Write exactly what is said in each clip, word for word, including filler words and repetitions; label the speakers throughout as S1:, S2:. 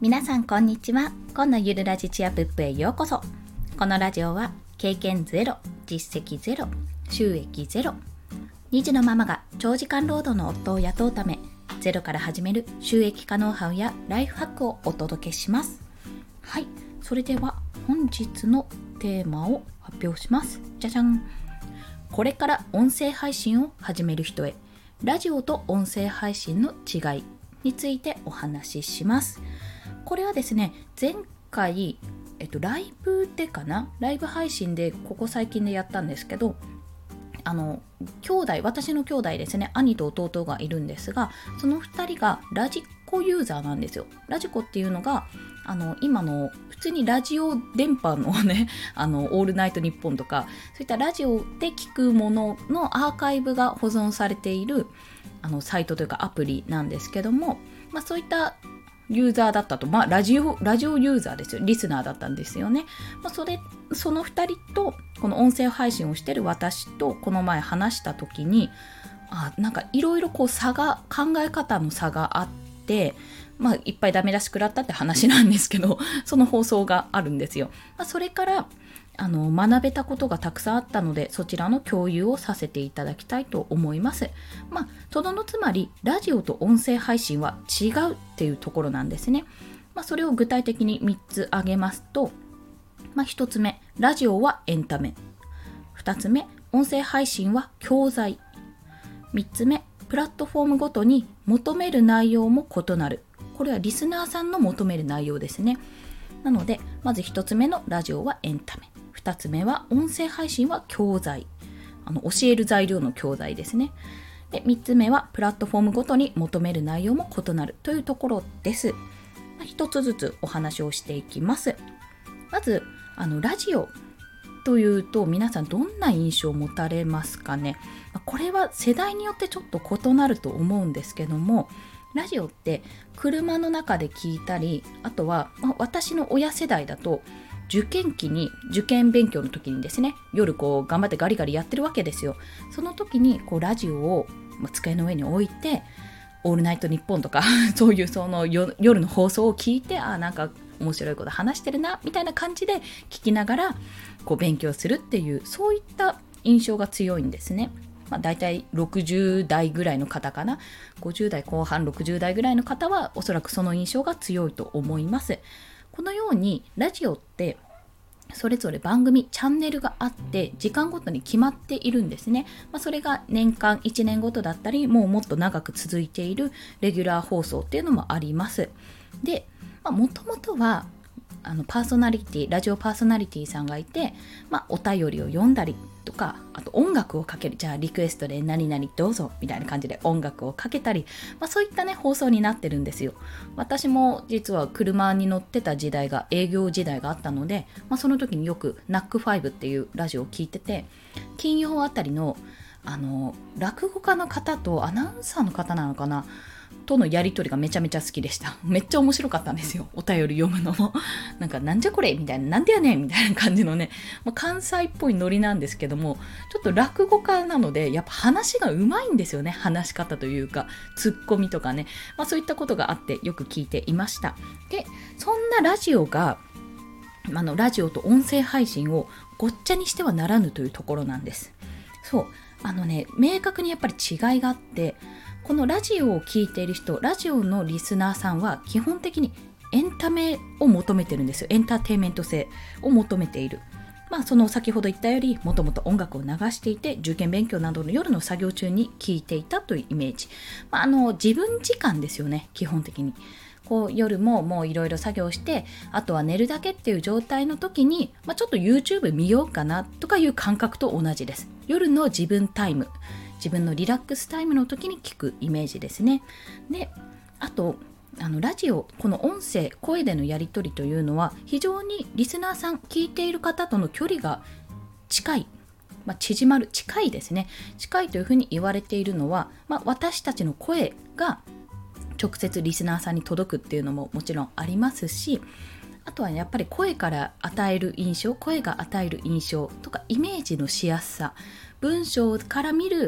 S1: 皆さんこんにちは。今のゆるラジチアプップへようこそ。このラジオは経験ゼロ、実績ゼロ、収益ゼロ、に児のママが長時間労働の夫を雇うためゼロから始める収益化ノウハウやライフハックをお届けします。はい、それでは本日のテーマを発表します。じゃじゃん。これから音声配信を始める人へ、ラジオと音声配信の違いについてお話しします。これはですね、前回、えっと、ライブでかなライブ配信でここ最近でやったんですけど、あの兄弟私の兄弟ですね、兄と弟がいるんですが、そのふたりがラジコユーザーなんですよ。ラジコっていうのがあの今の普通にラジオ電波のね、あのオールナイトニッポンとかそういったラジオで聞くもののアーカイブが保存されているあのサイトというかアプリなんですけども、まあ、そういったユーザーだったと、まあ、ラジオ、ラジオユーザーですよ。リスナーだったんですよね。まあ、それ、そのふたりと、この音声配信をしている私と、この前話したときに、あ、なんかいろいろこう差が、考え方の差があって、まあ、いっぱいダメ出し食らったって話なんですけど、その放送があるんですよ。まあ、それから、あの学べたことがたくさんあったので、そちらの共有をさせていただきたいと思います。まあ、とどのつまりラジオと音声配信は違うっていうところなんですね。まあ、それを具体的にみっつ挙げますと、まあ、ひとつめ、ラジオはエンタメ。ふたつめ、音声配信は教材。みっつめ、プラットフォームごとに求める内容も異なる。これはリスナーさんの求める内容ですね。なので、まずひとつめのラジオはエンタメ。ふたつめは音声配信は教材。あの教える材料の教材ですね。で、みっつめはプラットフォームごとに求める内容も異なるというところです。ひとつずつお話をしていきます。まず、あのラジオというと皆さんどんな印象を持たれますかね。これは世代によってちょっと異なると思うんですけども、ラジオって車の中で聞いたり、あとは、まあ、私の親世代だと受験期に受験勉強の時にですね、夜こう頑張ってガリガリやってるわけですよ。その時にこうラジオを机の上に置いて、オールナイトニッポンとかそういうその夜の放送を聞いて、あ、なんか面白いこと話してるなみたいな感じで聞きながらこう勉強するっていう、そういった印象が強いんですね。まあ、だいたいろくじゅう代ぐらいの方かな、ごじゅう代後半ろくじゅう代ぐらいの方はおそらくその印象が強いと思います。このようにラジオってそれぞれ番組チャンネルがあって時間ごとに決まっているんですね。まあ、それが年間いちねんごとだったり、もうもっと長く続いているレギュラー放送っていうのもあります。で、もともとはあのパーソナリティラジオパーソナリティさんがいて、まあ、お便りを読んだりとか、あと音楽をかける、じゃあリクエストで何々どうぞみたいな感じで音楽をかけたり、まあ、そういったね放送になってるんですよ。私も実は車に乗ってた時代が営業時代があったので、まあ、その時によく ナックファイブ っていうラジオを聞いてて、金曜あたりのあの落語家の方とアナウンサーの方なのかなとのやりとりがめちゃめちゃ好きでした。めっちゃ面白かったんですよ。お便り読むのもなんかなんじゃこれみたいな、なんでやねんみたいな感じのね、まあ、関西っぽいノリなんですけども、ちょっと落語家なのでやっぱ話がうまいんですよね。話し方というかツッコミとかね、まあ、そういったことがあってよく聞いていました。で、そんなラジオがあのラジオと音声配信をごっちゃにしてはならぬというところなんです。そうあのね、明確にやっぱり違いがあって、このラジオを聞いている人、ラジオのリスナーさんは基本的にエンタメを求めてるんですよ。エンターテインメント性を求めている。まあ、その先ほど言ったより、もともと音楽を流していて、受験勉強などの夜の作業中に聞いていたというイメージ。まあ、あの自分時間ですよね、基本的に。こう夜ももういろいろ作業して、あとは寝るだけっていう状態の時に、まあ、ちょっと YouTube 見ようかなとかいう感覚と同じです。夜の自分タイム、自分のリラックスタイムの時に聞くイメージですね。で、あとあのラジオ、この音声、声でのやり取りというのは非常にリスナーさん、聞いている方との距離が近い、まあ、縮まる、近いですね。近いというふうに言われているのは、まあ、私たちの声が直接リスナーさんに届くっていうのももちろんありますし、あとはやっぱり声から与える印象、声が与える印象とかイメージのしやすさ、文章から見る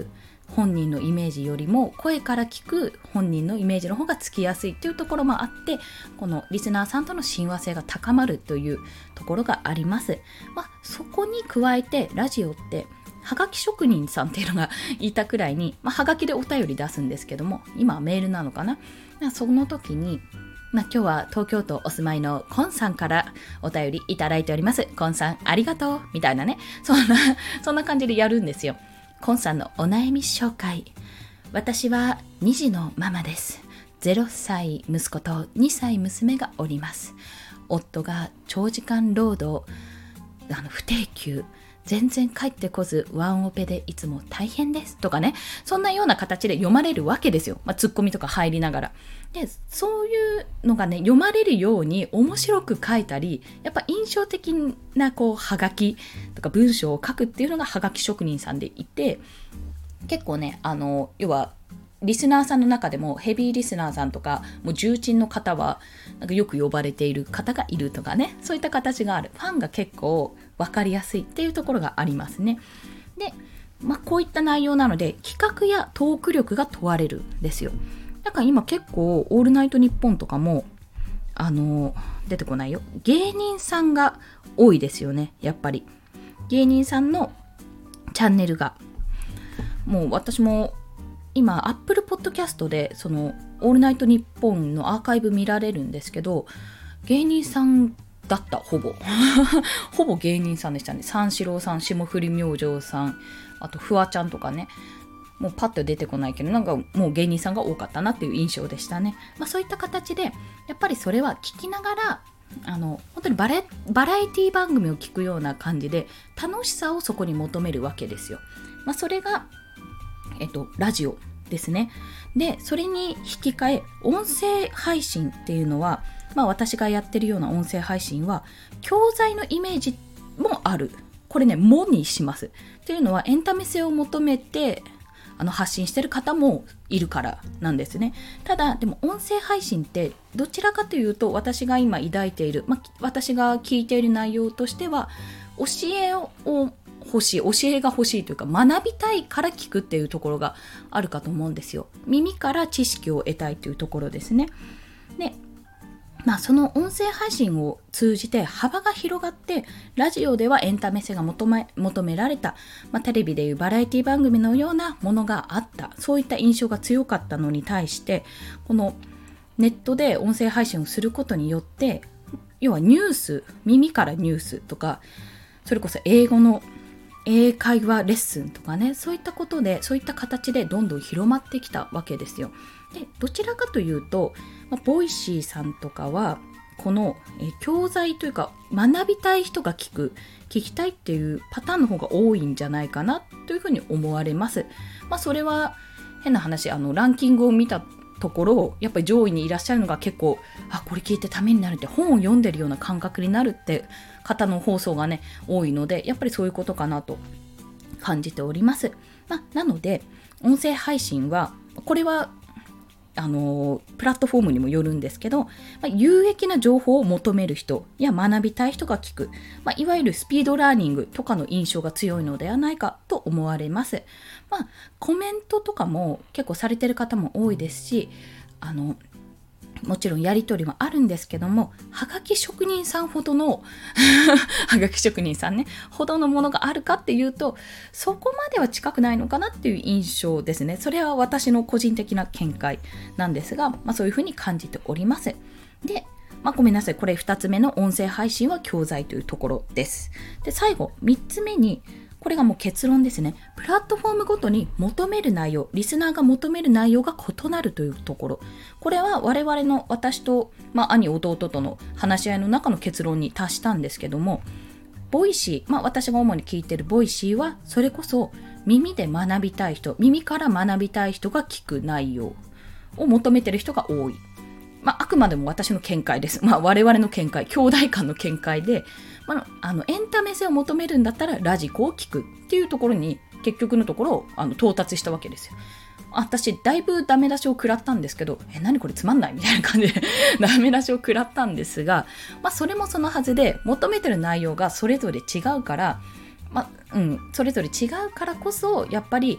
S1: 本人のイメージよりも声から聞く本人のイメージの方がつきやすいっていうところもあって、このリスナーさんとの親和性が高まるというところがあります。まあ、そこに加えてラジオってはがき職人さんっていうのがいたくらいに、まあ、はがきでお便り出すんですけども、今はメールなのかな。その時に、まあ、今日は東京都お住まいのコンさんからお便りいただいております。コンさんありがとうみたいなね、そんなそんな感じでやるんですよ。コンさんのお悩み紹介。私はに児のママです。ゼロさい息子とにさい娘がおります。夫が長時間労働、あの不定休、全然帰ってこずワンオペでいつも大変ですとかね、そんなような形で読まれるわけですよ。まあ、ツッコミとか入りながら。で、そういうのがね、読まれるように面白く書いたり、やっぱ印象的なこうはがきとか文章を書くっていうのがはがき職人さんでいて、結構ね、あの要はリスナーさんの中でもヘビーリスナーさんとかもう重鎮の方はなんかよく呼ばれている方がいるとかね、そういった形がある。ファンが結構分かりやすいっていうところがありますね。で、まあ、こういった内容なので企画やトーク力が問われるんですよ。だから今結構オールナイトニッポンとかもあの出てこないよ、芸人さんが多いですよね。やっぱり芸人さんのチャンネルが、もう私も今 Apple Podcast でそのオールナイトニッポンのアーカイブ見られるんですけど、芸人さんだった、ほぼほぼ芸人さんでしたね。三四郎さん、霜降り明星さん、あとフワちゃんとかね、もうパッと出てこないけど、なんかもう芸人さんが多かったなっていう印象でしたね。まあ、そういった形でやっぱりそれは聞きながら、あの本当にバラ、バラエティ番組を聞くような感じで楽しさをそこに求めるわけですよ。まあ、それがえっとラジオですね。で、それに引き換え音声配信っていうのは、まあ、私がやってるような音声配信は教材のイメージもある。これね、もにします。っていうのはエンタメ性を求めてあの発信してる方もいるからなんですね。ただでも音声配信ってどちらかというと、私が今抱いている、まあ、私が聞いている内容としては教えを欲しい、教えが欲しいというか、学びたいから聞くっていうところがあるかと思うんですよ。耳から知識を得たいというところですね。で、まあ、その音声配信を通じて幅が広がって、ラジオではエンタメ性が求め、求められた、まあ、テレビでいうバラエティ番組のようなものがあった、そういった印象が強かったのに対して、このネットで音声配信をすることによって、要はニュース、耳からニュースとか、それこそ英語の英会話レッスンとかね、そういったことで、そういった形でどんどん広まってきたわけですよ。で、どちらかというと、まあ、ボイシーさんとかはこのえ教材というか、学びたい人が聞く、聞きたいっていうパターンの方が多いんじゃないかなというふうに思われます。まあ、それは変な話、あのランキングを見たところ、やっぱり上位にいらっしゃるのが結構、あ、これ聞いてためになるって、本を読んでるような感覚になるって方の放送がね多いので、やっぱりそういうことかなと感じております。まあ、なので音声配信は、これはあのプラットフォームにもよるんですけど、まあ、有益な情報を求める人や学びたい人が聞く、まあ、いわゆるスピードラーニングとかの印象が強いのではないかと思われます。まあ、コメントとかも結構されてる方も多いですし、あのもちろんやり取りもあるんですけども、はがき職人さんほどのはがき職人さんねほどのものがあるかっていうと、そこまでは近くないのかなっていう印象ですね。それは私の個人的な見解なんですが、まあ、そういうふうに感じております。で、まあ、ごめんなさい、これふたつめの音声配信は教材というところです。で、最後みっつめに、これがもう結論ですね。プラットフォームごとに求める内容、リスナーが求める内容が異なるというところ。これは我々の、私と、まあ、兄弟との話し合いの中の結論に達したんですけども、ボイシー、まあ、私が主に聞いているボイシーは、それこそ耳で学びたい人、耳から学びたい人が聞く内容を求めている人が多い。まあ、あくまでも私の見解です。まあ、我々の見解、兄弟間の見解で、まあ、あのエンタメ性を求めるんだったらラジコを聞くっていうところに結局のところあの到達したわけですよ。私だいぶダメ出しを食らったんですけど、え何これつまんないみたいな感じでダメ出しを食らったんですが、まあ、それもそのはずで、求めてる内容がそれぞれ違うから、まあうん、それぞれ違うからこそやっぱり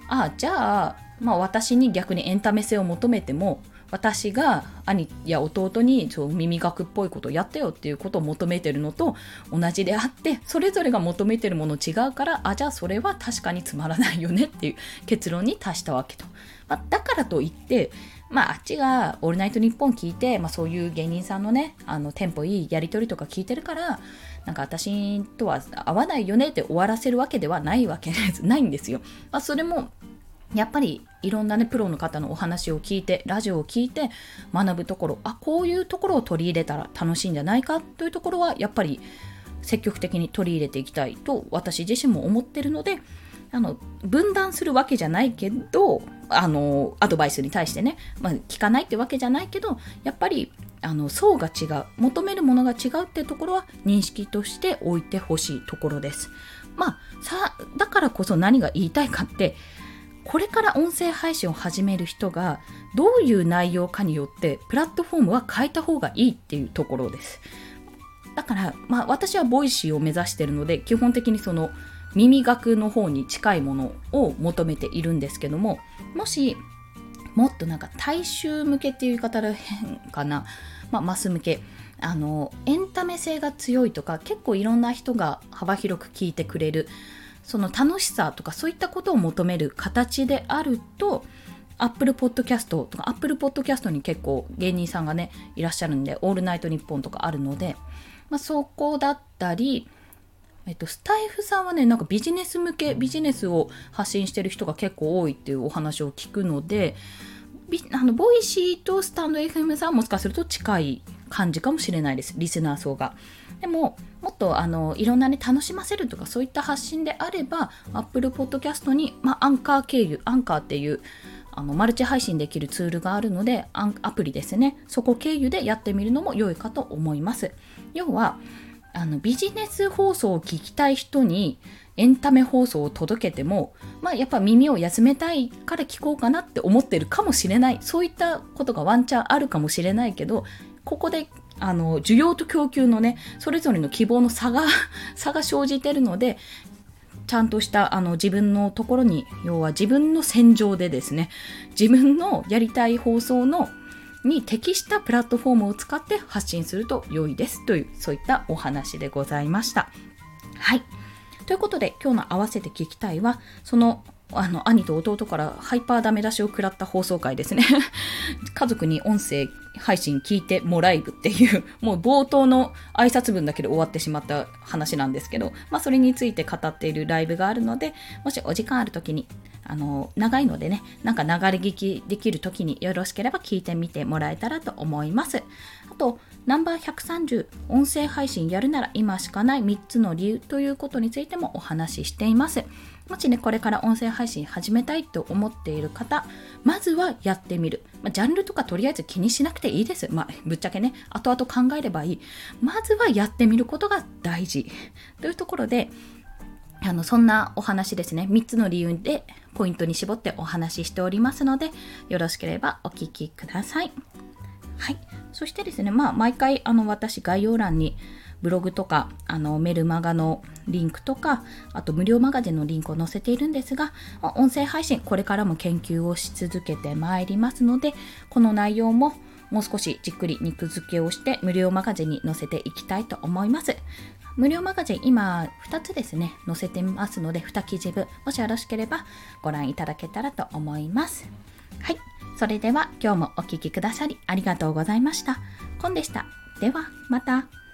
S1: あじゃあ、まあ、私に逆にエンタメ性を求めても、私が兄や弟にそう耳学っぽいことをやってよっていうことを求めてるのと同じであって、それぞれが求めてるもの違うから、あじゃあそれは確かにつまらないよねっていう結論に達したわけと。まあ、だからといって、まあ、あっちがオールナイトニッポン聞いて、まあ、そういう芸人さんのね、あのテンポいいやり取りとか聞いてるから、なんか私とは合わないよねって終わらせるわけではないわけですないんですよ。まあ、それもやっぱりいろんなねプロの方のお話を聞いて、ラジオを聞いて学ぶところ、あこういうところを取り入れたら楽しいんじゃないかというところはやっぱり積極的に取り入れていきたいと私自身も思ってるので、あの分断するわけじゃないけど、あのアドバイスに対してね、まあ、聞かないってわけじゃないけど、やっぱりあの層が違う、求めるものが違うってところは認識として置いてほしいところです。まあさだからこそ何が言いたいかって、これから音声配信を始める人がどういう内容かによってプラットフォームは変えた方がいいっていうところです。だから、まあ、私はボイシーを目指しているので、基本的にその耳学の方に近いものを求めているんですけども、もしもっとなんか大衆向けっていう言い方で変かな、まあ、マス向け、あのエンタメ性が強いとか、結構いろんな人が幅広く聞いてくれる、その楽しさとかそういったことを求める形であると、Apple Podcast とか Apple Podcast に結構芸人さんがねいらっしゃるんで、オールナイトニッポンとかあるので、まあ、そこだったり、えっと、スタイフさんはねなんかビジネス向け、ビジネスを発信してる人が結構多いっていうお話を聞くので、ビあのボイシーとスタンド エフエム さんはもしかすると近い感じかもしれないです、リスナー層が。でももっとあのいろんなね楽しませるとかそういった発信であれば Apple Podcast に、まあ、アンカー経由、アンカーっていうあのマルチ配信できるツールがあるので、アプリですね、そこ経由でやってみるのも良いかと思います。要はあのビジネス放送を聞きたい人にエンタメ放送を届けても、まあ、やっぱ耳を休めたいから聞こうかなって思ってるかもしれない、そういったことがワンチャンあるかもしれないけど、ここであの需要と供給のねそれぞれの希望の差が差が生じてるので、ちゃんとしたあの自分のところに、要は自分の戦場でですね、自分のやりたい放送のに適したプラットフォームを使って発信すると良いですという、そういったお話でございました。はい、ということで今日の合わせて聞きたいは、そのあの兄と弟からハイパーダメ出しを食らった放送回ですね家族に音声配信聞いてもらいぶっていう、もう冒頭の挨拶文だけで終わってしまった話なんですけど、まあ、それについて語っているライブがあるので、もしお時間あるときに、あの長いのでね、なんか流れ聞きできるときによろしければ聞いてみてもらえたらと思います。あとナンバーひゃくさんじゅう、音声配信やるなら今しかないみっつの理由ということについてもお話ししています。もしねこれから音声配信始めたいと思っている方、まずはやってみる、まあ、ジャンルとかとりあえず気にしなくていいです。まあ、ぶっちゃけね後々考えればいい。まずはやってみることが大事というところで、あのそんなお話ですね、みっつの理由でポイントに絞ってお話ししておりますので、よろしければお聞きください。はい、そしてですね、まあ、毎回あの私概要欄にブログとかあのメルマガのリンクとか、あと無料マガジンのリンクを載せているんですが、音声配信これからも研究をし続けてまいりますので、この内容ももう少しじっくり肉付けをして無料マガジンに載せていきたいと思います。無料マガジン今ふたつですね載せてますので、に記事分もしよろしければご覧いただけたらと思います。はい、それでは今日もお聞きくださりありがとうございました。コンでした。ではまた。